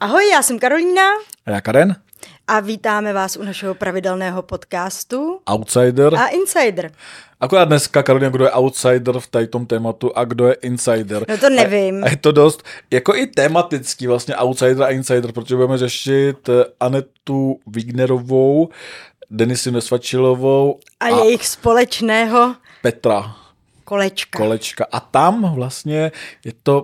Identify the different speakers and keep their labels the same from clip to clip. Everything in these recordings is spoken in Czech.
Speaker 1: Ahoj, já jsem Karolína.
Speaker 2: A já Karen.
Speaker 1: A vítáme vás u našeho pravidelného podcastu
Speaker 2: Outsider
Speaker 1: a Insider.
Speaker 2: Akorát dneska, Karolina, kdo je outsider v tom tématu a kdo je insider.
Speaker 1: No to nevím.
Speaker 2: A je to dost, jako i tematický vlastně outsider a insider, protože budeme řešit Anetu Wignerovou, Denisi Nesvačilovou
Speaker 1: a jejich společného
Speaker 2: Petra
Speaker 1: Kolečka.
Speaker 2: A tam vlastně je to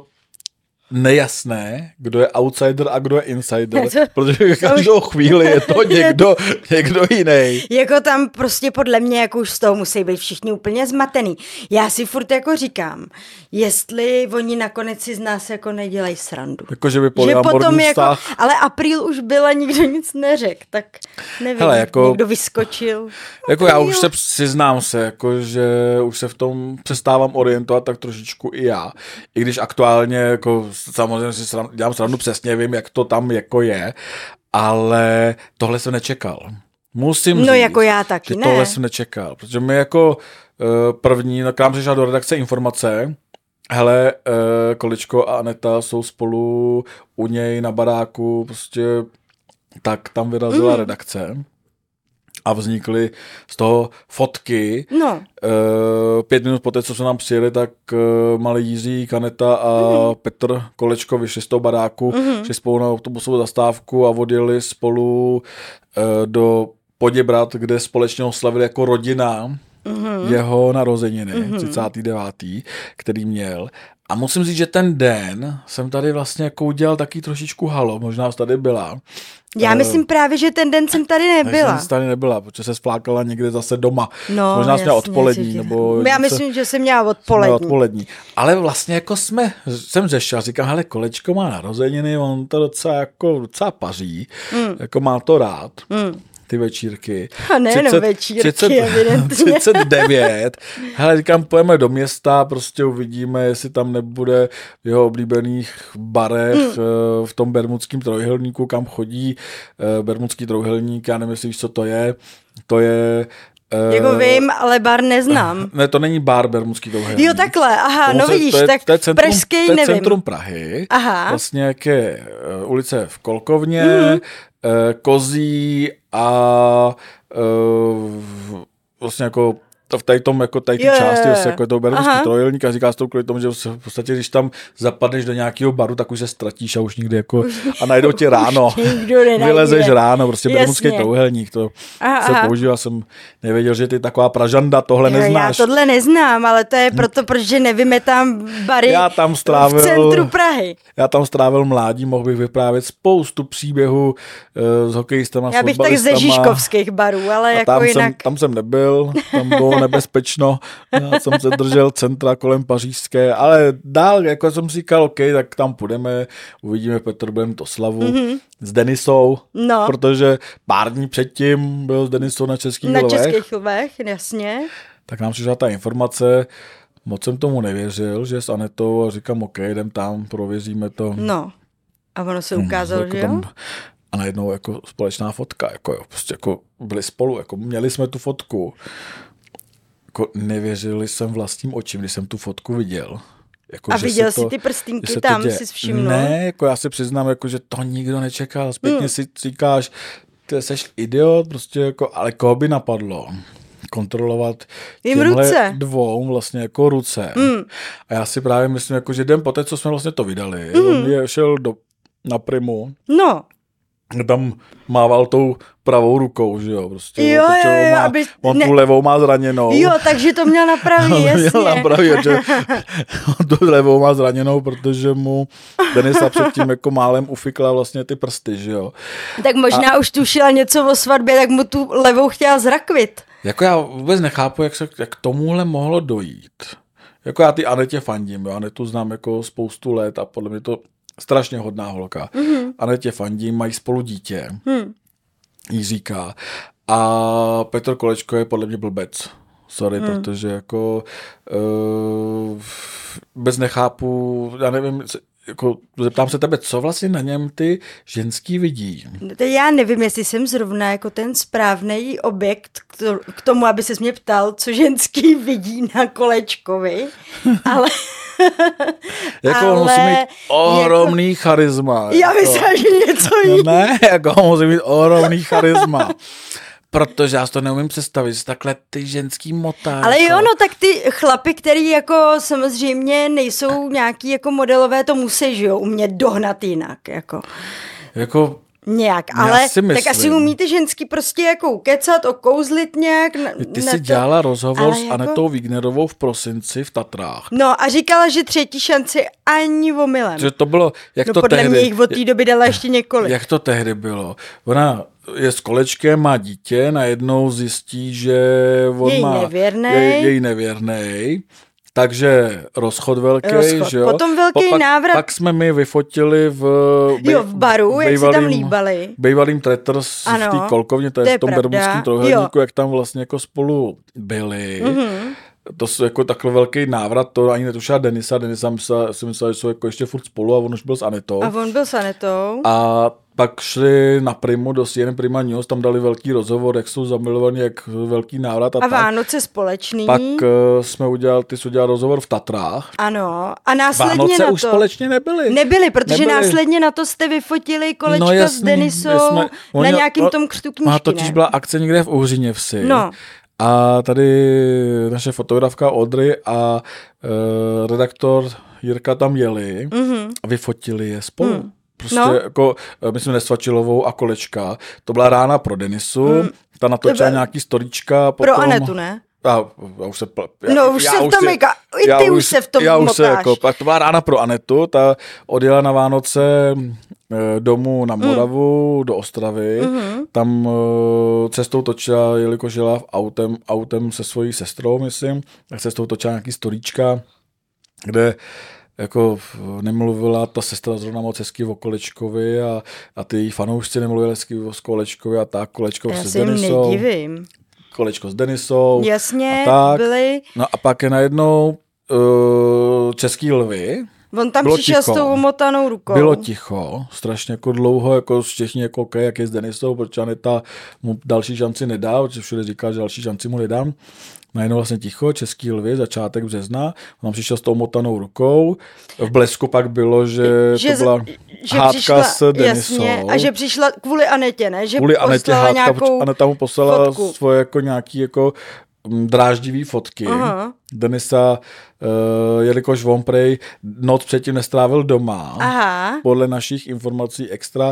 Speaker 2: nejasné, kdo je outsider a kdo je insider, protože každou chvíli je to někdo jiný.
Speaker 1: Jako tam prostě podle mě, jako už z toho musí být všichni úplně zmatený. Já si furt jako říkám, jestli oni nakonec si z nás jako nedělají srandu.
Speaker 2: Jako, že by polyamorní vztah.
Speaker 1: Jako, ale apríl už byl a nikdo nic neřekl, tak nevím, hele, jako, někdo vyskočil.
Speaker 2: Jako já už se přiznám se, jako, že už se v tom přestávám orientovat tak trošičku i já. I když aktuálně jako samozřejmě si dělám srandu, přesně vím, jak to tam jako je, ale tohle jsem nečekal. Musím říct,
Speaker 1: jako já taky
Speaker 2: že
Speaker 1: ne.
Speaker 2: Tohle jsem nečekal, protože my jako první, k nám přišla do redakce informace, hele, Kolečko a Aneta jsou spolu u něj na baráku, prostě tak tam vyrazila redakce. A vznikly z toho fotky.
Speaker 1: No.
Speaker 2: 5 minut poté, co jsme nám přijeli, tak malý Jiří, Aneta a Petr Kolečko vyšli z toho baráku, šli spolu na autobusovou zastávku a odjeli spolu do Poděbrad, kde společně oslavili jako rodina jeho narozeniny, 39., který měl. A musím říct, že ten den jsem tady vlastně jako udělal taky trošičku halo, možná jsi tady byla.
Speaker 1: Já myslím právě, že ten den jsem tady nebyla.
Speaker 2: Jsem tady nebyla, protože se sflákala někde zase doma.
Speaker 1: No,
Speaker 2: možná jsi měla odpolední. Nebo
Speaker 1: já myslím, že jsem měla odpolední.
Speaker 2: Ale vlastně jako jsem řešil, říkám, hele, Kolečko má narozeniny, on to docela paří, jako má to rád. Ty večírky.
Speaker 1: A nejenom večírky, evidentně.
Speaker 2: 39. Hele, říkám, pojďme do města, prostě uvidíme, jestli tam nebude v jeho oblíbených barech v tom Bermudském trojúhelníku, kam chodí Bermudský trojúhelník, já nevím, jestli víš, co to je. To je...
Speaker 1: Jako vím, ale bar neznám.
Speaker 2: Ne, to není bar Bermudský trojúhelník.
Speaker 1: Jo, takhle, aha, no vidíš, tak pražský nevím.
Speaker 2: To je centrum Prahy,
Speaker 1: aha.
Speaker 2: Vlastně jak je ulice v Kolkovně, Kozí a vlastně jako v té části jako je to Bermudský trojúhelník a říká se to kvůli tomu, že v podstatě, když tam zapadneš do nějakého baru, tak už se ztratíš a už nikdy jako a najdou tě ráno. Vylezeš ráno, prostě Bermudský trojúhelník, to se používá, jsem nevěděl, že ty taková Pražanda tohle neznáš.
Speaker 1: Já tohle neznám, ale to je proto, protože nevíme tam bary v centru Prahy.
Speaker 2: Já tam strávil mládí, mohl bych vyprávět spoustu příběhů s hokejistama,
Speaker 1: já bych tak ze Žižkovských barů, ale jako jinak.
Speaker 2: Tam jsem nebyl, tam bylo nebezpečno, já jsem se držel centra kolem Pařížské, ale dál, jako jsem říkal, OK, tak tam půjdeme, uvidíme Petr, budeme to slavu s Denisou, protože pár dní předtím byl s Denisou na Českých Lvech.
Speaker 1: Na Českých Lvech, jasně.
Speaker 2: Tak nám přišla ta informace, moc jsem tomu nevěřil, že s Anetou a říkám, OK, jdem tam, prověříme to.
Speaker 1: No, a ono se ukázalo, že jo?
Speaker 2: A najednou jako společná fotka, jako jo, prostě jako byli spolu, jako měli jsme tu fotku. Jako nevěřili jsem vlastním očím, když jsem tu fotku viděl. Jako,
Speaker 1: a viděl jsi ty prstínky tam, jsi všimnul?
Speaker 2: Ne, jako já si přiznám, jako, že to nikdo nečekal. Zpětně si říkáš, ty jsi idiot, prostě jako, ale koho by napadlo kontrolovat těmhle dvou vlastně jako ruce. A já si právě myslím, jako, že den poté, co jsme vlastně to vydali, on je šel na Primu.
Speaker 1: No.
Speaker 2: Tam mával tou pravou rukou, že jo, prostě.
Speaker 1: Jo,
Speaker 2: on tu levou má zraněnou.
Speaker 1: Jo, takže to měl napravit, jasně.
Speaker 2: Měl napravit, že on tu levou má zraněnou, protože mu Denisa předtím jako málem ufikla vlastně ty prsty, že jo.
Speaker 1: Tak možná už tušila něco o svatbě, tak mu tu levou chtěla zrakvit.
Speaker 2: Jako já vůbec nechápu, jak tomuhle mohlo dojít. Jako já ty Anetě fandím, jo, Anetu znám jako spoustu let a podle mě to strašně hodná holka. Anetě fandím, mají spolu dítě. Jiříka. A Petr Kolečko je podle mě blbec. Sorry, protože jako bez nechápu, já nevím, jako zeptám se tebe, co vlastně na něm ty ženský vidí?
Speaker 1: Já nevím, jestli jsem zrovna jako ten správný objekt k tomu, aby ses mě ptal, co ženský vidí na Kolečkovi,
Speaker 2: Jako on musí mít ohromný charisma.
Speaker 1: Já myslím, že něco jiného.
Speaker 2: Ne, jako on musí mít ohromný charisma. Protože já si to neumím představit, že takhle ty ženský motá.
Speaker 1: Ale jo, no tak ty chlapy, který jako samozřejmě nejsou nějaký jako modelové, to musí, že jo, umět dohnat jinak, jako.
Speaker 2: Jako
Speaker 1: nějak, ale tak asi umíte ženský prostě jako ukecat, okouzlit nějak.
Speaker 2: Ty jsi dělala rozhovor s Anetou Wignerovou v prosinci v Tatrách.
Speaker 1: No a říkala, že třetí šanci ani omylem.
Speaker 2: Že to bylo, jak
Speaker 1: no
Speaker 2: to
Speaker 1: podle
Speaker 2: tehdy.
Speaker 1: mě jich od té doby dala ještě několik.
Speaker 2: Jak to tehdy bylo? Ona je s kolečkem, má dítě, najednou zjistí, že on její nevěrnej. Takže rozchod velký, že jo?
Speaker 1: Potom velký návrat.
Speaker 2: Pak jsme my vyfotili v
Speaker 1: baru, jak se tam líbali.
Speaker 2: Bývalým Tretters v té kolkovně, to je v tom bermudském trojúhelníku, jak tam vlastně jako spolu byli. Mm-hmm. To jsou jako takový velký návrat, to ani netušila Denisa si myslela, že jsou jako ještě furt spolu a on už byl s Anetou.
Speaker 1: A on byl s Anetou.
Speaker 2: A pak šli na Primu do CNN Prima News, tam dali velký rozhovor, jak jsou zamilovaní, jak velký návrat a tak.
Speaker 1: Vánoce společný.
Speaker 2: Pak ty jsi udělal rozhovor v Tatrách.
Speaker 1: Ano. A následně
Speaker 2: Vánoce
Speaker 1: na to...
Speaker 2: už společně nebyly.
Speaker 1: Protože následně na to jste vyfotili kolečka s Denisou na nějakým tom křtu knížky,
Speaker 2: ne? Totiž byla akce někde v Uhříněvsi.
Speaker 1: No.
Speaker 2: A tady naše fotografka Audrey a redaktor Jirka tam jeli a vyfotili je spolu. Prostě jako, myslím, Nesvačilovou a Kolečka. To byla rána pro Denisu, ta natočila nějaký storíčka.
Speaker 1: Pro Anetu, ne?
Speaker 2: Já už se
Speaker 1: v tom motáš.
Speaker 2: Pak to byla rána pro Anetu, ta odjela na Vánoce domů na Moravu do Ostravy, tam cestou točila, jelikož jela autem se svojí sestrou, myslím, tak cestou točila nějaký storíčka, kde jako nemluvila ta sestra zrovna moc hezky o Kolečkovi a ty její fanoušci nemluvili hezky o Kolečkovi a tak, Kolečko s Denisou. Já si nedivím. Kolečko s Denisou.
Speaker 1: Jasně,
Speaker 2: byli. No a pak je najednou Český lvy.
Speaker 1: On tam přišel s tou omotanou rukou.
Speaker 2: Bylo ticho, strašně jako dlouho, jako všichni jako okay, jak je s Denisou, protože Aneta mu další šanci nedá, protože všude říká, že další šanci mu nedám. Najednou vlastně ticho, Český lvy, začátek března, on přišel s tou motanou rukou, v Blesku pak bylo, že to byla hádka s Denisou.
Speaker 1: Jasně, a že přišla kvůli Anetě, ne? Že
Speaker 2: kvůli Anetě hádka, Aneta mu poslala
Speaker 1: fotku.
Speaker 2: Svoje jako nějaký jako dráždivý fotky. Aha. Denisa, jelikož on prej noc předtím nestrávil doma, podle našich informací extra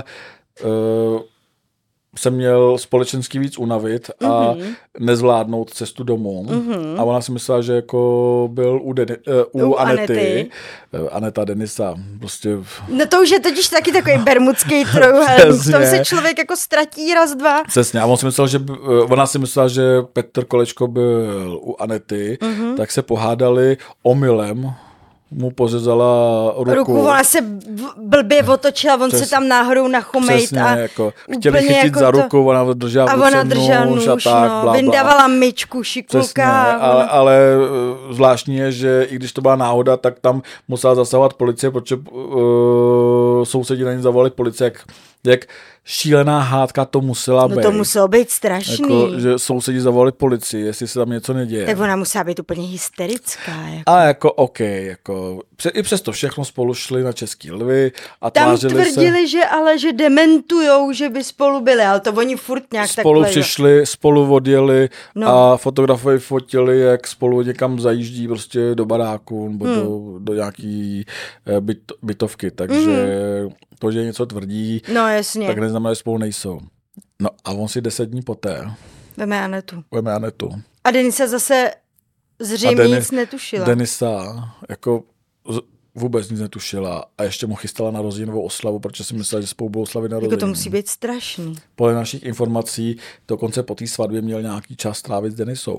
Speaker 2: se měl společensky víc unavit a nezvládnout cestu domů. A ona si myslela, že jako byl u Anety. Aneta, Denisa. Prostě...
Speaker 1: No to už je totiž taky takový bermudský trojúhelník. V tom se člověk jako ztratí raz, dva.
Speaker 2: Přesně. A ona si myslela, že Petr Kolečko byl u Anety, tak se pohádali omylem. Mu pořezala ruku.
Speaker 1: Ona se blbě otočila, on se tam náhodou nachomejt.
Speaker 2: Přesně, a jako chtěli chytit jako za ruku, ona držela nůž a tak, blá,
Speaker 1: vyndávala myčku, šikulka.
Speaker 2: Přesně, ale zvláštní je, že i když to byla náhoda, tak tam musela zasahovat policie, protože sousedi na ní zavolali policie, jak šílená hádka to musela být.
Speaker 1: No to muselo být strašný.
Speaker 2: Jako, že sousedi zavolali policii, jestli se tam něco neděje.
Speaker 1: Tak ona musela být úplně hysterická. Jako.
Speaker 2: A jako jako i přesto všechno spolu šli na Český lvy a
Speaker 1: tam tvrdili, že dementujou, že by spolu byli, ale to oni furt nějak
Speaker 2: spolu takhle. Přišli, spolu odjeli a fotografové fotili, jak spolu někam zajíždí prostě do baráku nebo do nějaký bytovky, takže to, že něco tvrdí, tak neznamená, že spolu nejsou. No a on si 10 dní poté
Speaker 1: Veme
Speaker 2: Anetu.
Speaker 1: A Denisa zase zřejmě nic netušila.
Speaker 2: Denisa jako vůbec nic netušila a ještě mu chystala narozeninovou oslavu, protože si myslela, že spolu budou slavit narozeniny.
Speaker 1: Jako to musí být strašný.
Speaker 2: Podle našich informací dokonce po té svatbě měl nějaký čas trávit s Denisou.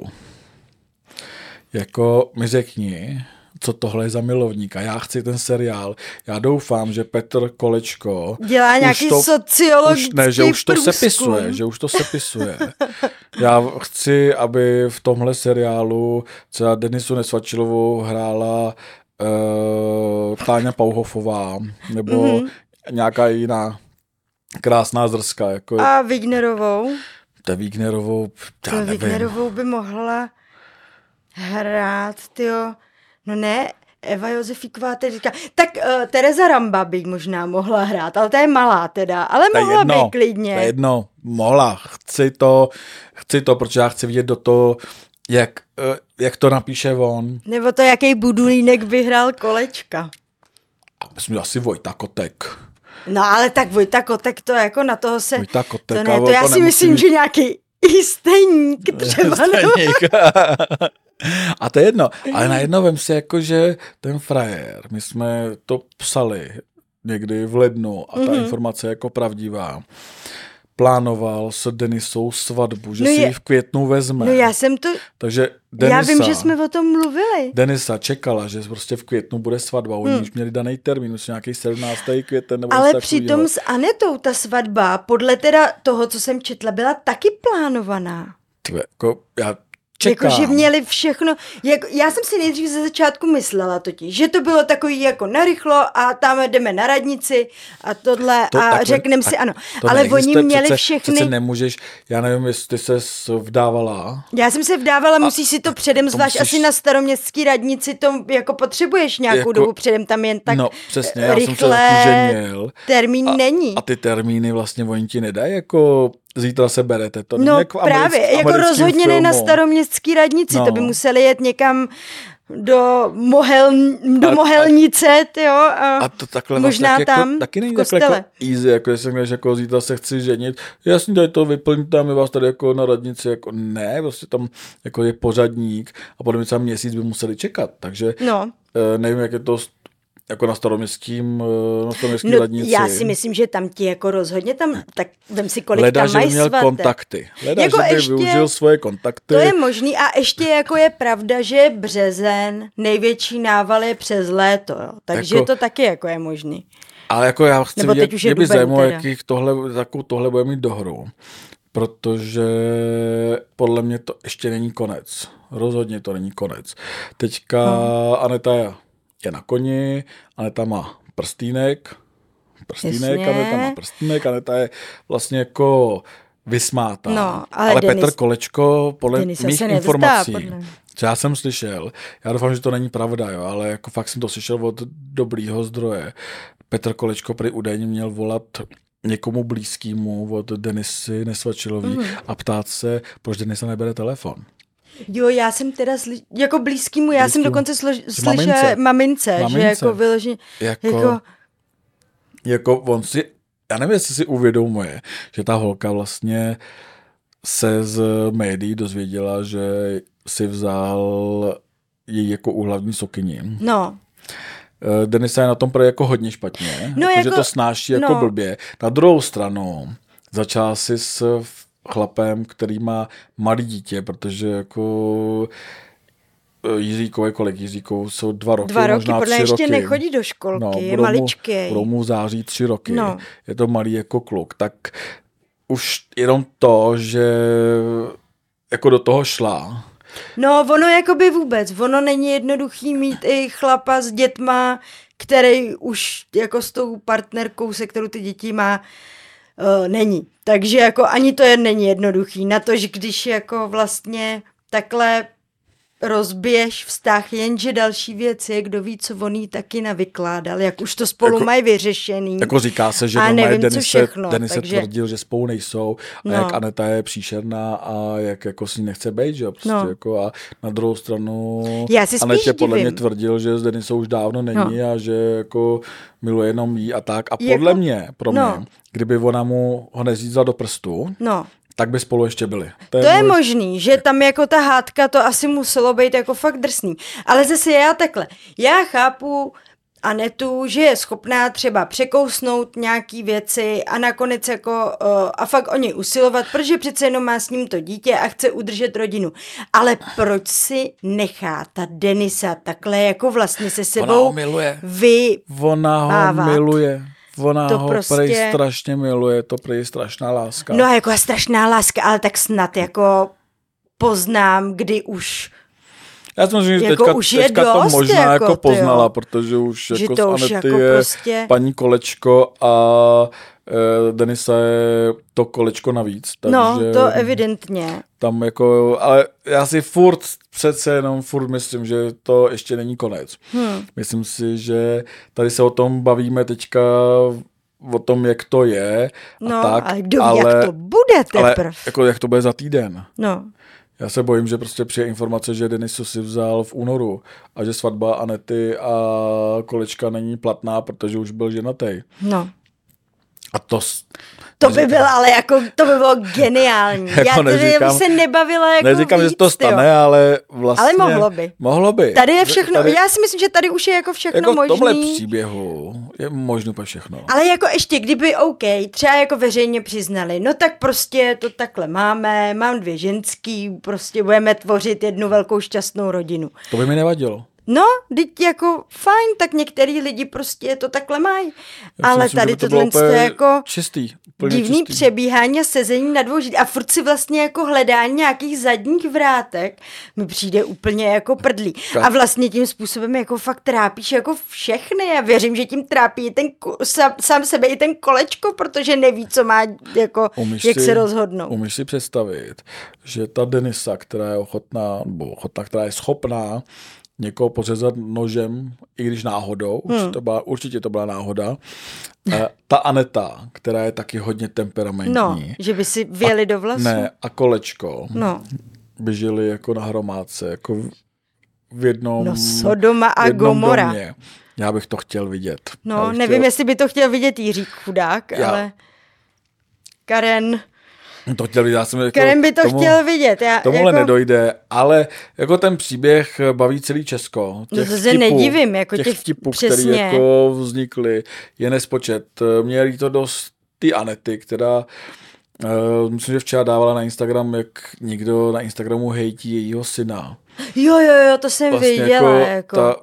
Speaker 2: Jako mi řekni, co tohle je za milovník a já chci ten seriál. Já doufám, že Petr Kolečko
Speaker 1: dělá nějaký sociologický
Speaker 2: že už to sepisuje. Já chci, aby v tomhle seriálu třeba Denisu Nesvačilovou hrála Táňa Pauhofová nebo nějaká jiná krásná zrska. Jako...
Speaker 1: A Wignerovou?
Speaker 2: Wignerovou
Speaker 1: by mohla hrát, tyjo. No ne, Eva Josefíková teď říká, tak Tereza Ramba by možná mohla hrát, ale ta je malá teda, ale mohla by klidně.
Speaker 2: To je jedno, mohla, chci to, protože já chci vidět do toho, jak to napíše on.
Speaker 1: Nebo to, jaký Budulínek vyhrál kolečka.
Speaker 2: Myslím, asi Vojta Kotek.
Speaker 1: No ale tak Vojta Kotek, to jako na toho se...
Speaker 2: Vojta Kotek,
Speaker 1: to, ne, to já si myslím, že nějaký Steník třeba.
Speaker 2: A to je jedno. Ale najednou vem si jako, že ten frajer, my jsme to psali někdy v lednu a ta informace je jako pravdivá. Plánoval s Denisou svatbu, že si ji v květnu vezme.
Speaker 1: No já jsem to...
Speaker 2: Takže Denisa,
Speaker 1: já vím, že jsme o tom mluvili.
Speaker 2: Denisa čekala, že prostě v květnu bude svatba. Oni už měli daný termín, už nějaký 17. květen. Nebo
Speaker 1: ale přitom s Anetou ta svatba, podle teda toho, co jsem četla, byla taky plánovaná.
Speaker 2: Jako já čekám.
Speaker 1: Jako, že měli všechno, jako, já jsem si nejdřív ze začátku myslela totiž, že to bylo takový jako narychlo a tam jdeme na radnici a tohle to, a řekneme si ano. Ale oni měli všechny...
Speaker 2: Přece nemůžeš, já nevím, jestli ty ses vdávala.
Speaker 1: Já jsem se vdávala, musíš si to předem, zvlášť asi na staroměstské radnici, to jako potřebuješ nějakou jako, dobu předem, tam jen tak
Speaker 2: přesně,
Speaker 1: rychle
Speaker 2: já jsem se ženil.
Speaker 1: Termín není.
Speaker 2: A ty termíny vlastně oni ti nedají jako... Zítra se berete. To
Speaker 1: no
Speaker 2: jako
Speaker 1: právě, jako rozhodně ne na staroměstské radnici, to by museli jet někam do Mohelnice, jo, a
Speaker 2: to takhle
Speaker 1: možná
Speaker 2: vlastně
Speaker 1: tam
Speaker 2: jako, taky není
Speaker 1: v kostele.
Speaker 2: Takhle jako easy, jako jestli řekneš, jako zítra se chci ženit, jasně, tady to vyplňte a my vás tady jako na radnici, jako ne, prostě tam jako je pořadník a potom třeba měsíc by museli čekat, takže nevím, jak je to jako na staroměstským radnici.
Speaker 1: Já si myslím, že tam ti jako rozhodně tam, tak vem si, kolik
Speaker 2: Leda,
Speaker 1: tam mají
Speaker 2: měl
Speaker 1: svatek.
Speaker 2: Kontakty. Leda,
Speaker 1: jako
Speaker 2: že by využil svoje kontakty.
Speaker 1: To je možný a ještě jako je pravda, že je březen, největší nával je přes léto, jo. Takže jako, to taky jako je možný.
Speaker 2: Ale jako já chci vidět, mě by zajímalo, jakých tohle bude mít dohru. Protože podle mě to ještě není konec. Rozhodně to není konec. Teďka Aneta je na koni, Aneta má prstínek, Aneta má prstínek, Aneta je vlastně jako vysmátá.
Speaker 1: No,
Speaker 2: ale Petr Kolečko, podle mých informací, co já jsem slyšel, já doufám, že to není pravda, jo, ale jako fakt jsem to slyšel od dobrýho zdroje. Petr Kolečko prý údajně měl volat někomu blízkému od Denisy Nesvačilový a ptát se, proč Denisa nebere telefon.
Speaker 1: Jo, já jsem teda jako blízkýmu, já jsem dokonce slyšela mamince, že jako vyloženě,
Speaker 2: jako on si, já nevím, jestli si uvědomuje, že ta holka vlastně se z médií dozvěděla, že si vzal její jako úhlavní sokyni.
Speaker 1: No.
Speaker 2: Denisa je na tom jako hodně špatně, že to snáší jako blbě. Na druhou stranu začala si s chlapem, který má malý dítě, protože jako Jiříkové, kolik Jiříků jsou 2 roky, možná 3 roky.
Speaker 1: Ještě nechodí do školky, je maličký.
Speaker 2: Budou mu září 3 roky. No. Je to malý jako kluk. Tak už jenom to, že jako do toho šla.
Speaker 1: No, ono jakoby vůbec. Ono není jednoduchý mít i chlapa s dětma, který už jako s tou partnerkou, se kterou ty děti má, není. Takže jako ani to není jednoduchý. Na to, že když jako vlastně takhle rozbiješ vztah, jenže další věc je, kdo ví, co on jí taky navykládal, jak už to spolu mají vyřešený.
Speaker 2: Jako říká se, že Denise tvrdil, že spolu nejsou a jak Aneta je příšerná a jak jako s ní nechce být, že prostě jako a na druhou stranu Anetě podle mě tvrdil, že s Denisou už dávno není a že jako miluje jenom jí a tak a podle mě, kdyby ona mu ho nezřízla do prstu, tak by spolu ještě byli.
Speaker 1: To je možný, že tam jako ta hádka, to asi muselo být jako fakt drsný. Ale zase já chápu Anetu, že je schopná třeba překousnout nějaký věci a nakonec jako a fakt o něj usilovat, protože přece jenom má s ním to dítě a chce udržet rodinu. Ale proč si nechá ta Denisa takhle jako vlastně se sebou
Speaker 2: Ona ho miluje. Ona ho prej strašně miluje, to prej strašná láska.
Speaker 1: No jako strašná láska, ale tak snad jako poznám, kdy už
Speaker 2: já si myslím, že
Speaker 1: jako
Speaker 2: teďka to možná jako poznala, protože už jako z Anety je paní Kolečko a Denisa je to kolečko navíc. Takže
Speaker 1: no, to evidentně.
Speaker 2: Tam jako, ale já si přece jenom myslím, že to ještě není konec. Myslím si, že tady se o tom bavíme teďka, o tom, jak to je.
Speaker 1: No,
Speaker 2: tak,
Speaker 1: ale kdo ví, jak to bude teprv.
Speaker 2: Ale jako jak to bude za týden.
Speaker 1: No.
Speaker 2: Já se bojím, že prostě přijde informace, že Denisu si vzal v únoru a že svatba Anety a kolečka není platná, protože už byl ženatý.
Speaker 1: No.
Speaker 2: A
Speaker 1: to by bylo, ale jako, to by bylo geniální.
Speaker 2: Jako
Speaker 1: já bych se nebavila jako
Speaker 2: neříkám,
Speaker 1: víc,
Speaker 2: že to stane, ale vlastně...
Speaker 1: Ale mohlo by.
Speaker 2: Mohlo by.
Speaker 1: Tady je všechno, já si myslím, že tady už je jako všechno
Speaker 2: jako
Speaker 1: možný.
Speaker 2: Jako v tomhle příběhu je možné úplně všechno.
Speaker 1: Ale jako ještě, kdyby OK, třeba jako veřejně přiznali, no tak prostě to takhle máme, mám 2 ženský, prostě budeme tvořit jednu velkou šťastnou rodinu.
Speaker 2: To by mi nevadilo.
Speaker 1: No, teď jako fajn, tak některý lidi prostě to takhle mají. Ale myslím, tady tohle je jako
Speaker 2: čistý,
Speaker 1: divný
Speaker 2: čistý.
Speaker 1: Přebíhání a sezení na 2 židlích. A furt si vlastně jako hledání nějakých zadních vrátek mi přijde úplně jako prdlí. A vlastně tím způsobem jako fakt trápíš jako všechny. Já věřím, že tím trápí ten sám sebe i ten kolečko, protože neví, co má, jako, jak se rozhodnou.
Speaker 2: Umíš si představit, že ta Denisa, která je ochotná, která je schopná někoho pořezat nožem, i když náhodou, určitě to byla náhoda. Ta Aneta, která je taky hodně temperamentní.
Speaker 1: No, že by si vjeli do vlasu.
Speaker 2: Ne, a kolečko. No. By žili jako na hromádce, jako v jednom...
Speaker 1: No, Sodoma a Gomora.
Speaker 2: Domě. Já bych to chtěl vidět.
Speaker 1: No, nevím, jestli by to chtěl vidět Jiřík chudák, ale Karen...
Speaker 2: To chtěl vidět, já jsem jako
Speaker 1: Karen by to chtěl vidět.
Speaker 2: Tomuhle jako... nedojde, ale jako ten příběh baví celý Česko.
Speaker 1: Těch to se nedivím, jako těch
Speaker 2: vtipů, které jako vznikly, je nespočet. Mě líto dost ty Anety, která myslím, že včera dávala na Instagram, jak někdo na Instagramu hejtí jejího syna.
Speaker 1: Jo, to jsem vlastně viděla. Jako...
Speaker 2: Ta,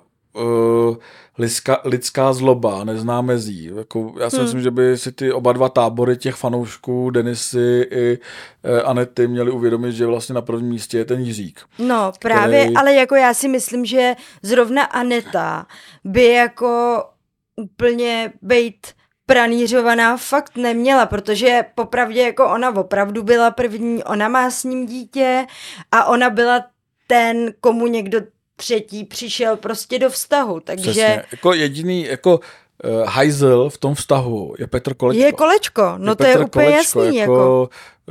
Speaker 2: lidská zloba nezná mezí. Jako, já si myslím, že by si ty oba dva tábory těch fanoušků Denisy i Anety měli uvědomit, že vlastně na prvním místě je ten Jiřík.
Speaker 1: No právě, ale jako já si myslím, že zrovna Aneta by jako úplně bejt pranířovaná fakt neměla, protože popravdě jako ona opravdu byla první, ona má s ním dítě a ona byla ten, komu někdo třetí přišel prostě do vztahu, takže... Přesně.
Speaker 2: Jako jediný, jako hajzel v tom vztahu je Petr Kolečko.
Speaker 1: Je Kolečko, no to je úplně jasný. Jako.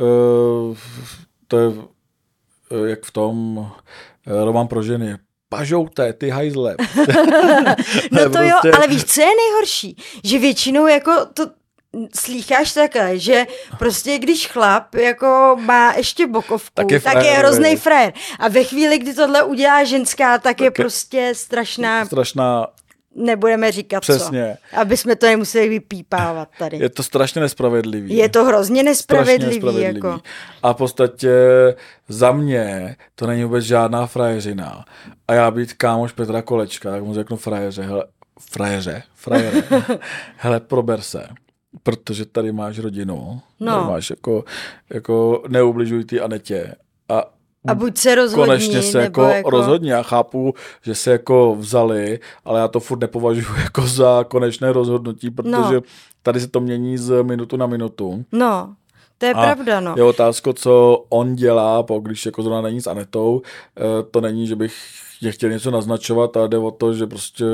Speaker 2: To je jak v tom Roman pro ženy. Pažouté, ty hajzle.
Speaker 1: No to prostě... jo, ale víš, co je nejhorší? Že většinou jako to slýcháš takhle, že prostě když chlap jako má ještě bokovku, tak je hroznej frajer. A ve chvíli, kdy tohle udělá ženská, tak je prostě strašná... Nebudeme říkat
Speaker 2: přesně.
Speaker 1: Co. Aby jsme to nemuseli vypípávat tady.
Speaker 2: Je to strašně nespravedlivý.
Speaker 1: Je to hrozně nespravedlivý. Jako.
Speaker 2: A v podstatě za mě to není vůbec žádná frajeřina. A já být kámoš Petra Kolečka, tak mu řeknu frajere. Hele, prober se. Protože tady máš rodinu.
Speaker 1: No.
Speaker 2: Tady máš jako neubližuj ty Anetě.
Speaker 1: A buď se rozhodní.
Speaker 2: Konečně se jako rozhodní. Já chápu, že se jako vzali, ale já to furt nepovažuji jako za konečné rozhodnutí, protože tady se to mění z minutu na minutu.
Speaker 1: No, to je pravda, no.
Speaker 2: Je otázka, co on dělá, když jako zrovna není s Anetou, to není, že bych chtěl něco naznačovat, ale jde o to, že prostě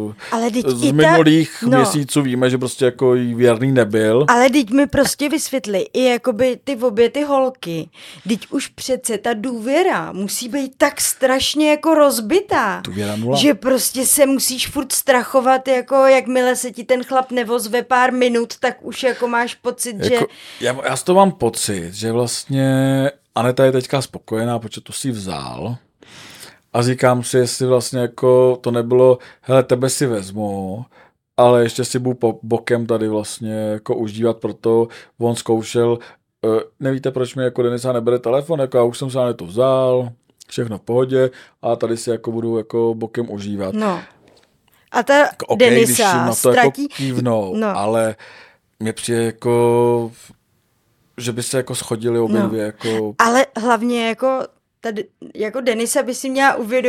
Speaker 2: z minulých měsíců víme, že prostě jako jí věrný nebyl.
Speaker 1: Ale teď mi prostě vysvětli i jakoby obě ty holky, teď už přece ta důvěra musí být tak strašně jako rozbitá, že prostě se musíš furt strachovat, jako jakmile se ti ten chlap nevozve pár minut, tak už jako máš pocit, jako, že...
Speaker 2: Já z toho mám pocit, že vlastně Aneta je teďka spokojená, protože to si vzal. A říkám si, jestli vlastně jako to nebylo, hele, tebe si vezmu, ale ještě si budu bokem tady vlastně jako užívat, proto on zkoušel, nevíte, proč mi jako Denisa nebere telefon, jako já už jsem se na to vzal, všechno v pohodě a tady si jako budu jako bokem užívat.
Speaker 1: No. A ta Denisa
Speaker 2: když na to
Speaker 1: ztratí...
Speaker 2: jako kývnou, ale mě přijde jako, že by se jako shodili obě dvě. Jako...
Speaker 1: Ale hlavně jako... Tady, jako Denisa by si měla uvědomit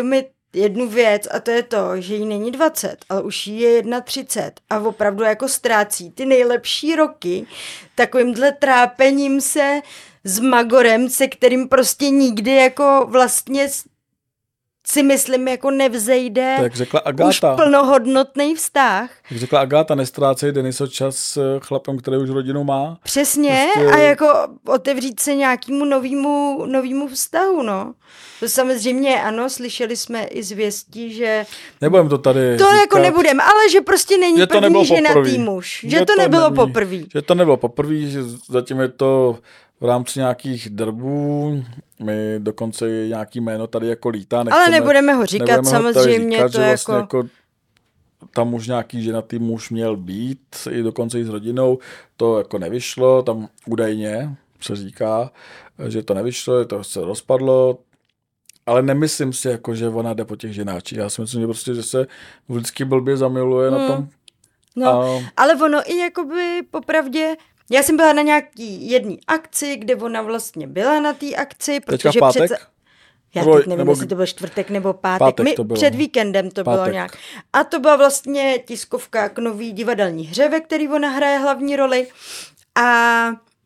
Speaker 1: jednu věc a to je to, že jí není 20, ale už jí je 31 a opravdu jako ztrácí ty nejlepší roky takovýmhle trápením se s magorem, se kterým prostě nikdy jako vlastně si myslím, jako nevzejde
Speaker 2: tak řekla Agáta.
Speaker 1: už plnohodnotný vztah.
Speaker 2: Jak řekla Agáta, nestrácej Deniso čas s chlapem, který už rodinu má.
Speaker 1: Přesně
Speaker 2: prostě...
Speaker 1: a jako otevřít se nějakému novému vztahu, no. To samozřejmě, ano, slyšeli jsme i zvěstí, že...
Speaker 2: Nebudem to tady
Speaker 1: To
Speaker 2: říkat.
Speaker 1: jako nebudem, ale že prostě není první ženatý muž. Že to nebylo poprvé.
Speaker 2: Že to nebylo poprvé, že zatím je to v rámci nějakých drbů, my dokonce nějaký jméno tady jako lítá.
Speaker 1: Ale nebudeme ho říkat, samozřejmě.
Speaker 2: Říkat,
Speaker 1: to
Speaker 2: že vlastně jako tam už nějaký ženatý muž měl být, i dokonce i s rodinou, to jako nevyšlo, tam údajně se říká, že to nevyšlo, to se rozpadlo, ale nemyslím si, jako, že ona jde po těch ženáčích. Já si myslím, že prostě, že se vždycky blbě zamiluje na tom.
Speaker 1: No, ale ono i jakoby popravdě, já jsem byla na nějaký jedné akci, kde ona vlastně byla na té akci.
Speaker 2: Teďka v pátek?
Speaker 1: Já teď nevím, jestli to byl čtvrtek nebo pátek. Před víkendem to bylo nějak. A to byla vlastně tiskovka k nový divadelní hře, ve který ona hraje hlavní roli. A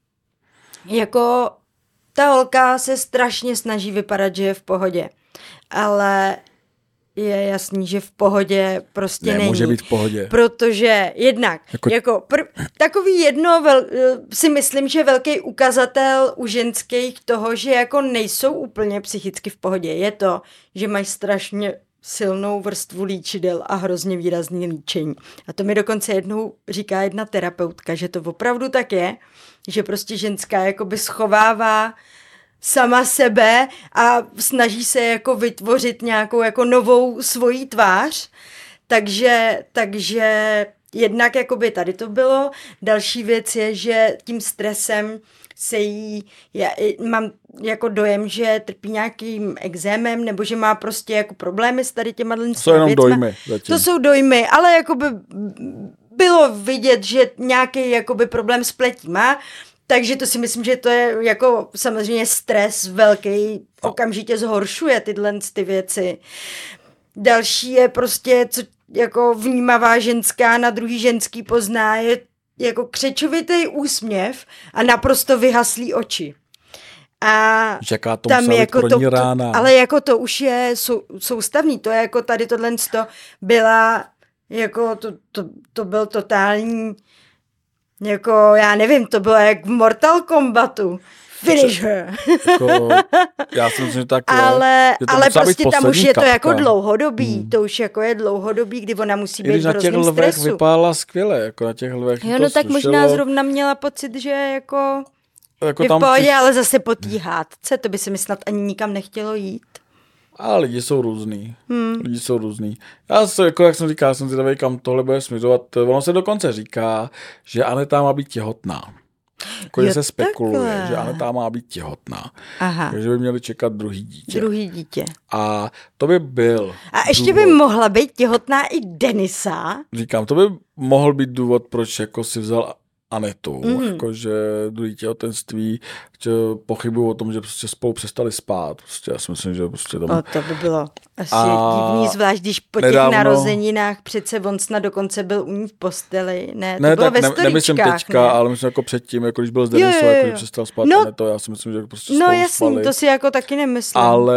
Speaker 1: jako ta holka se strašně snaží vypadat, že je v pohodě. Ale je jasný, že v pohodě prostě není.
Speaker 2: Nemůže být v pohodě.
Speaker 1: Protože jednak, takový jedno si myslím, že velký ukazatel u ženských toho, že jako nejsou úplně psychicky v pohodě, je to, že mají strašně silnou vrstvu líčidel a hrozně výrazný líčení. A to mi dokonce jednou říká jedna terapeutka, že to opravdu tak je, že prostě ženská jakoby schovává sama sebe a snaží se jako vytvořit nějakou jako novou svoji tvář. Takže jednak jakoby tady to bylo. Další věc je, že tím stresem se jí, já mám jako dojem, že trpí nějakým exémem, nebo že má prostě jako problémy s tady těma věcma.
Speaker 2: To jsou jenom dojmy zatím.
Speaker 1: To jsou dojmy, ale jakoby bylo vidět, že nějaký jakoby problém s pletí má. Takže to si myslím, že to je jako samozřejmě stres velký, okamžitě zhoršuje tyhle ty věci. Další je prostě, co jako vnímavá ženská na druhý ženský pozná, je jako křečovitý úsměv a naprosto vyhaslý oči. A
Speaker 2: čeká to
Speaker 1: tam jako
Speaker 2: pro ní rána.
Speaker 1: Ale jako to už je soustavný, to je jako tady tohle byla, jako to byl totální, jako, já nevím, to bylo jak v Mortal Kombatu. Finish her.
Speaker 2: Jako, já si myslím, že tak
Speaker 1: ale prostě tam už je to
Speaker 2: kapka.
Speaker 1: jako dlouhodobý. To už jako je dlouhodobý, kdy ona musí být v hrozným stresu.
Speaker 2: Na těch lvech vypadala skvěle, jako na těch lvech.
Speaker 1: Jo, no tak možná zrovna měla pocit, že jako v pohodě, ale zase po té hádce, to by se mi snad ani nikam nechtělo jít.
Speaker 2: A lidi jsou různý. Lidi jsou různý. Já se, jako jak jsem říkal, jsem zvědavý, kam tohle bude směřovat. Ono se dokonce říká, že Aneta má být těhotná. Že se spekuluje,
Speaker 1: takhle.
Speaker 2: že Aneta má být těhotná.
Speaker 1: Aha.
Speaker 2: Takže by měli čekat druhý dítě. A to by byl
Speaker 1: A ještě by mohla být těhotná i Denisa.
Speaker 2: Říkám, to by mohl být důvod, proč jako si vzal Anetu, jakože druhý těhotenství, pochybuju o tom, že prostě spolu přestali spát. Prostě já si myslím, že prostě tam...
Speaker 1: to by bylo asi divný, zvlášť když po těch narozeninách přece on snad dokonce byl u ní v posteli. Ne, to bylo ve storičkách.
Speaker 2: Nemyslím teďka, ale myslím jako předtím, jako když byl s Denisou, jako že přestal spát Aneto, já si myslím, že prostě spolu
Speaker 1: jasný,
Speaker 2: spali.
Speaker 1: To si jako taky nemyslím.
Speaker 2: Ale...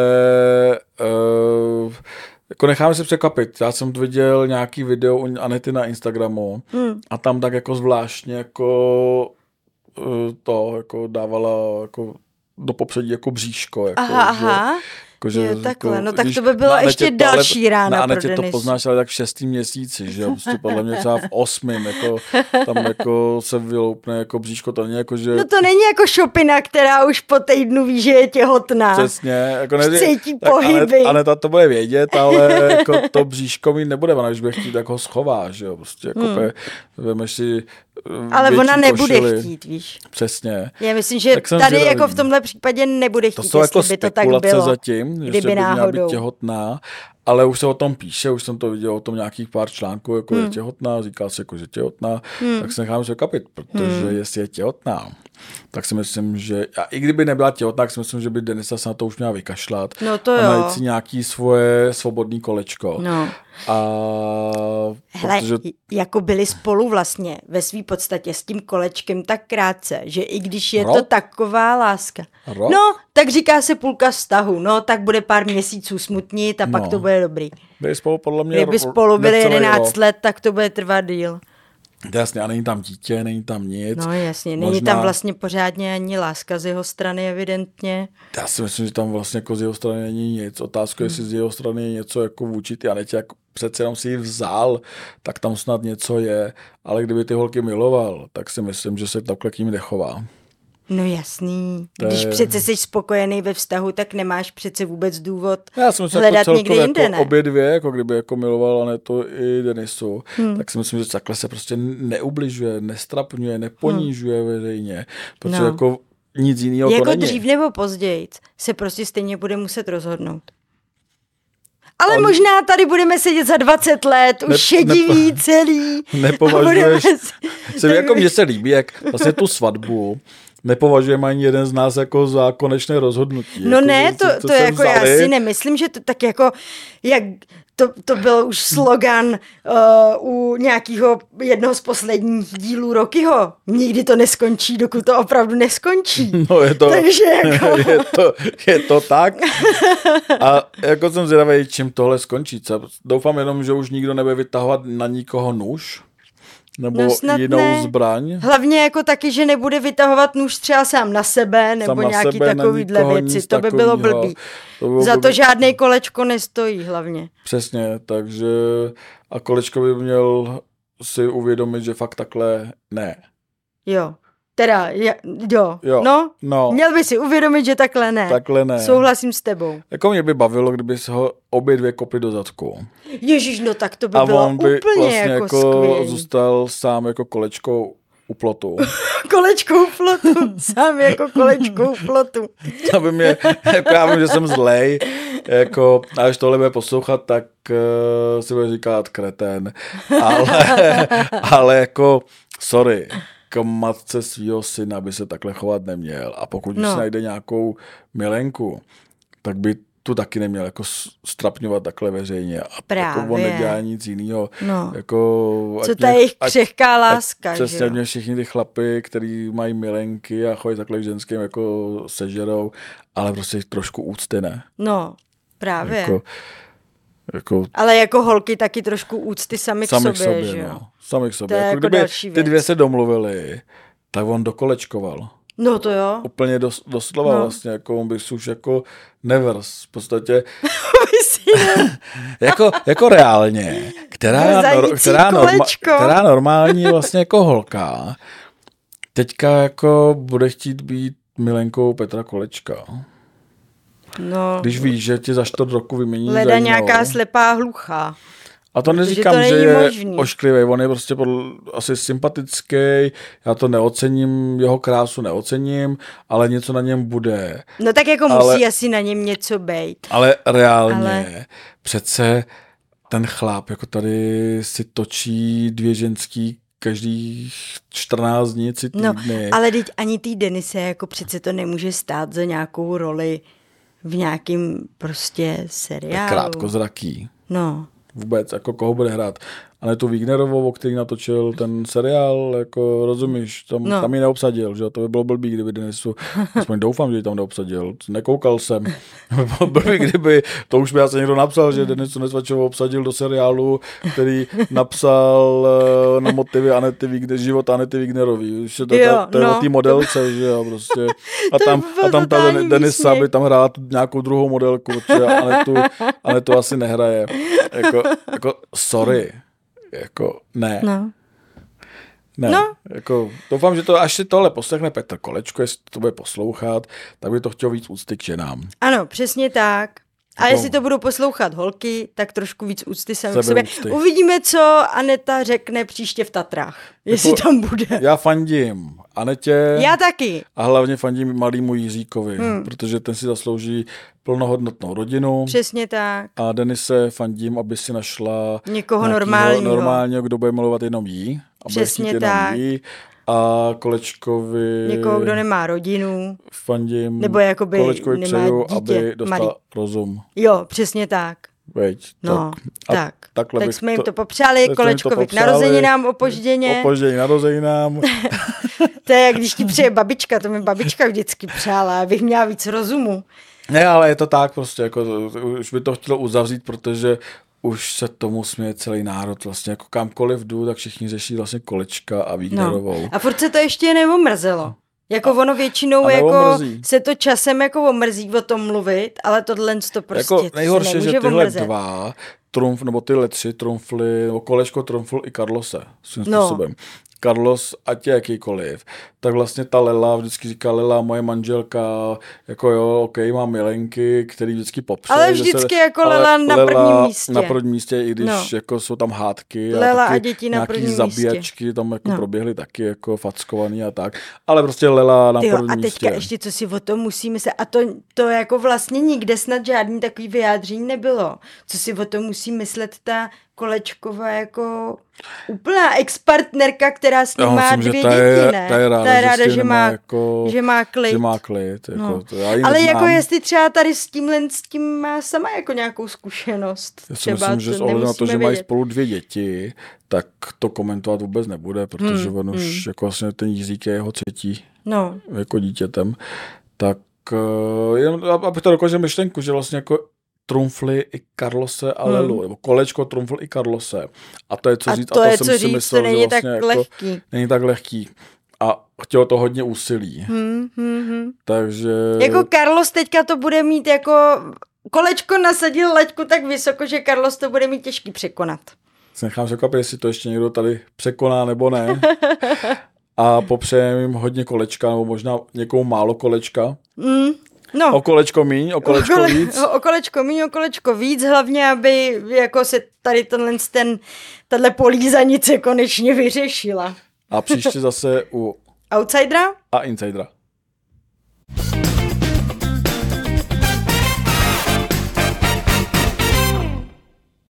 Speaker 2: Jako necháme se překvapit. Já jsem viděl nějaký video u Anety na Instagramu a tam tak jako zvláštně jako to jako dávala jako do popředí jako bříško. Jako,
Speaker 1: aha.
Speaker 2: Že,
Speaker 1: takhle,
Speaker 2: jako,
Speaker 1: no tak to by bylo ještě další rána
Speaker 2: pro
Speaker 1: Denisu.
Speaker 2: Na Anetě to poznáš ale tak v 6. měsíci, že jo, prostě podle mě třeba v 8. jako tam jako se vyloupne jako bříško, to není jako, že...
Speaker 1: No to není jako šopina, která už po týdnu ví, že je těhotná.
Speaker 2: Přesně, jako
Speaker 1: cítí pohyby.
Speaker 2: Aneta to bude vědět, ale jako to bříško mít nebude, ona když bude chtít, tak ho schová, že jo, prostě jako vemeš si
Speaker 1: ale ona nebude chtít, víš.
Speaker 2: Přesně.
Speaker 1: Já myslím, že tady jako v tomhle případě nebude chtít,
Speaker 2: to jsou jako
Speaker 1: by to tak bylo.
Speaker 2: Zatím, kdyby náhodou. Měla být těhotná ale už se o tom píše, už jsem to viděl o tom nějakých pár článků, jako je těhotná, říká se jako, že těhotná, tak se nechám překvapit, protože jestli je těhotná, tak si myslím, že, a i kdyby nebyla těhotná, tak si myslím, že by Denisa se na to už měla vykašlat.
Speaker 1: No to
Speaker 2: a
Speaker 1: jo.
Speaker 2: najít si nějaký svoje svobodný kolečko.
Speaker 1: No.
Speaker 2: A
Speaker 1: hele,
Speaker 2: protože...
Speaker 1: jako byli spolu vlastně ve své podstatě s tím kolečkem tak krátce, že i když je to taková láska. No, tak říká se půlka vztahu, no, tak bude pár měsíců smutnit a pak to bude dobrý.
Speaker 2: Byli spolu podle mě...
Speaker 1: Kdyby spolu byli 11 let, tak to bude trvat díl.
Speaker 2: Jasně, a není tam dítě, není tam nic.
Speaker 1: No jasně, není tam vlastně pořádně ani láska z jeho strany evidentně.
Speaker 2: Já si myslím, že tam vlastně jako z jeho strany není nic. Otázka, jestli z jeho strany je něco jako vůči ty Anetě, jako přece jenom si ji vzal, tak tam snad něco je, ale kdyby ty holky miloval, tak si myslím, že se takhle k ním nechová.
Speaker 1: No jasný. Když přece jsi spokojený ve vztahu, tak nemáš přece vůbec důvod hledat jako někde jinde,
Speaker 2: jako
Speaker 1: ne?
Speaker 2: Obě dvě, jako kdyby jako miloval Anetu i Denisu, tak si myslím, že takhle se prostě neubližuje, nestrapňuje, neponížuje veřejně, protože jako nic jiného
Speaker 1: jako
Speaker 2: to není.
Speaker 1: Dřív nebo později se prostě stejně bude muset rozhodnout. Ale možná tady budeme sedět za 20 let, už šedivý celý.
Speaker 2: Nepovažuješ, jako mně se líbí, jak vlastně tu svatbu nepovažujeme ani jeden z nás jako za konečné rozhodnutí.
Speaker 1: No
Speaker 2: jako,
Speaker 1: ne, to jako
Speaker 2: vzali.
Speaker 1: já si nemyslím, že to tak jako, jak to byl už slogan u nějakého jednoho z posledních dílů Rockyho. Nikdy to neskončí, dokud to opravdu neskončí.
Speaker 2: No je to,
Speaker 1: takže jako...
Speaker 2: je to tak. A jako jsem zvědavý, čím tohle skončí. Doufám jenom, že už nikdo nebude vytahovat na nikoho nůž. Nebo jinou zbraň.
Speaker 1: Hlavně jako taky, že nebude vytahovat nůž třeba sám na sebe, nebo nějaký takovýhle věci. To by bylo blbý. Za to žádnej kolečko nestojí hlavně.
Speaker 2: Přesně, takže a kolečko by měl si uvědomit, že fakt takhle ne.
Speaker 1: Jo. Teda, jo. No, měl by si uvědomit, že takhle ne.
Speaker 2: Takhle ne.
Speaker 1: Souhlasím s tebou.
Speaker 2: Jako mě by bavilo, kdyby se ho obě dvě koply do zadku.
Speaker 1: Ježíš, no tak to by bylo úplně vlastně jako skvělý.
Speaker 2: Zůstal sám jako kolečko u plotu.
Speaker 1: Kolečko u plotu, sám jako kolečko u plotu.
Speaker 2: To by mě, jako já vím, že jsem zlej, jako, a až tohle bude poslouchat, tak si bude říkat kretén. Ale jako, sorry, k matce svýho syna by se takhle chovat neměl. A pokud si najde nějakou milenku, tak by tu taky neměl jako strapňovat takhle veřejně. A
Speaker 1: právě.
Speaker 2: Jako on nedělá nic jiného.
Speaker 1: No.
Speaker 2: Jako,
Speaker 1: co ta jejich křehká láska.
Speaker 2: Přesně mě všichni ty chlapy, který mají milenky a chodí takhle k ženským, jako sežerou, ale prostě trošku úcty, ne?
Speaker 1: No, právě.
Speaker 2: Jako,
Speaker 1: ale jako holky taky trošku úcty sami k sobě, že jo?
Speaker 2: No. Sami k sobě.
Speaker 1: To
Speaker 2: jako kdyby ty dvě se domluvily, tak on dokolečkoval.
Speaker 1: No to jo.
Speaker 2: Úplně doslova vlastně, jako on by už jako nevers, v podstatě. jako reálně, která normální vlastně jako holka, teďka jako bude chtít být milenkou Petra Kolečka.
Speaker 1: No,
Speaker 2: když víš, že ti za 4 roku vymění
Speaker 1: leda zajímavou. Nějaká slepá hluchá.
Speaker 2: A to neříkám, to že je ošklivý, on je prostě asi sympatický, já to neocením, jeho krásu neocením, ale něco na něm bude.
Speaker 1: No tak jako musí asi na něm něco bejt.
Speaker 2: Ale reálně, přece ten chlap jako tady si točí 2 ženský každých 14 dní, 3 týdny.
Speaker 1: No, ale teď ani tý Denise jako přece to nemůže stát za nějakou roli v nějakým prostě seriálu.
Speaker 2: Krátkozraký.
Speaker 1: No.
Speaker 2: Vůbec, jako koho bude hrát. Anetu Wignerovou, o který natočil ten seriál, jako rozumíš, tam ji neobsadil, že to by bylo blbý, kdyby Denisu, aspoň doufám, že ji tam neobsadil, nekoukal jsem, by bylo blbý, kdyby, to už by asi někdo napsal, že Denisu Nesvačovou obsadil do seriálu, který napsal na motivy života Anety Wignerový, to je o té modelce, že jo, prostě. A tam ta Denisa by tam hrála nějakou druhou modelku, protože Anetu asi nehraje. Jako sorry. Jako ne.
Speaker 1: No.
Speaker 2: Ne.
Speaker 1: No.
Speaker 2: Jako, doufám, že to, až si tohle poslechne Petr Kolečko, jestli to bude poslouchat, tak by to chtěl víc úcty k ženám.
Speaker 1: Ano, přesně tak. A jestli to budou poslouchat holky, tak trošku víc úcty sami k sobě. Uvidíme, co Aneta řekne příště v Tatrách. Jestli tam bude.
Speaker 2: Já fandím Anetě.
Speaker 1: Já taky.
Speaker 2: A hlavně fandím malýmu Jiříkovi, protože ten si zaslouží plnohodnotnou rodinu.
Speaker 1: Přesně tak.
Speaker 2: A Denise fandím, aby si našla
Speaker 1: někoho
Speaker 2: normálního, kdo bude milovat jenom jí. A
Speaker 1: přesně tak.
Speaker 2: Jí. A Kolečkovi...
Speaker 1: Někoho, kdo nemá rodinu.
Speaker 2: Fandím.
Speaker 1: Nebo jakoby
Speaker 2: Kolečkovi
Speaker 1: nemá
Speaker 2: přeju,
Speaker 1: dítě.
Speaker 2: aby dostal rozum.
Speaker 1: Jo, přesně tak.
Speaker 2: Veď,
Speaker 1: no, tak. Tak jsme jim to popřáli, Kolečkovi k narozeninám opožděně.
Speaker 2: Opoždění narozeninám.
Speaker 1: To je, jak když ti přeje babička, to mi babička vždycky přála, abych měla víc rozumu.
Speaker 2: Ne, ale je to tak prostě, jako, už by to chtělo uzavřít, protože už se tomu směje celý národ. Vlastně jako kamkoliv jdu, tak všichni řeší vlastně Kolečka a Wignerovou.
Speaker 1: No. A furt se to ještě neomrzelo. Jako ono většinou jako se to časem jako omrzí o tom mluvit, ale tohle to prostě
Speaker 2: jako nejhorší, že tyhle
Speaker 1: omrzet.
Speaker 2: dva nebo tyhle tři trumfly, Kolečko trumfl i Carlose svým způsobem. Carlos, ať je jakýkoliv, tak vlastně ta Lela vždycky říká, Lela, moje manželka, jako jo, ok, má milenky, který vždycky popře.
Speaker 1: Ale vždycky jako Lela na prvním místě.
Speaker 2: Na prvním místě, i když jako jsou tam hádky.
Speaker 1: Lela
Speaker 2: a
Speaker 1: děti na prvním místě.
Speaker 2: Zabíjačky tam jako proběhly taky jako fackovaný a tak. Ale prostě Lela na prvním místě.
Speaker 1: A teďka ještě, co si o tom musí myslet. A to jako vlastně nikde snad žádný takový vyjádření nebylo. Co si o tom musí myslet ta Kolečková jako úplná ex-partnerka, která s ním má 2 děti, ne?
Speaker 2: Ta je ráda,
Speaker 1: že má klid.
Speaker 2: Že má klid. Jako,
Speaker 1: no. Ale jako jestli třeba tady s tím má sama jako nějakou zkušenost.
Speaker 2: Já si myslím, že s ohledem na to, že mají spolu 2 děti, tak to komentovat vůbec nebude, protože on už jako vlastně ten Jiřík je jeho 3. jako dítětem. Tak jenom abych to dokončil myšlenku, že vlastně jako trumfly i Carlose a Lelu, nebo Kolečko trumfl i Carlose. A to je co říct.
Speaker 1: To
Speaker 2: a
Speaker 1: je
Speaker 2: to
Speaker 1: co
Speaker 2: jsem
Speaker 1: říct,
Speaker 2: si myslel,
Speaker 1: to není tak jako lehký.
Speaker 2: Není tak lehký. A chtělo to hodně úsilí. Takže...
Speaker 1: Jako Carlos teďka to bude mít jako... Kolečko nasadil laťku tak vysoko, že Carlos to bude mít těžký překonat.
Speaker 2: Se nechám překvapit, jestli to ještě někdo tady překoná nebo ne. A popřejeme jim hodně kolečka, nebo možná někomu málo kolečka.
Speaker 1: No.
Speaker 2: O kolečko míň, o kolečko víc.
Speaker 1: O kolečko míň, o kolečko víc, hlavně, aby jako se tady tahle polízanice konečně vyřešila.
Speaker 2: A příště zase u
Speaker 1: Outsidera
Speaker 2: a Insidera.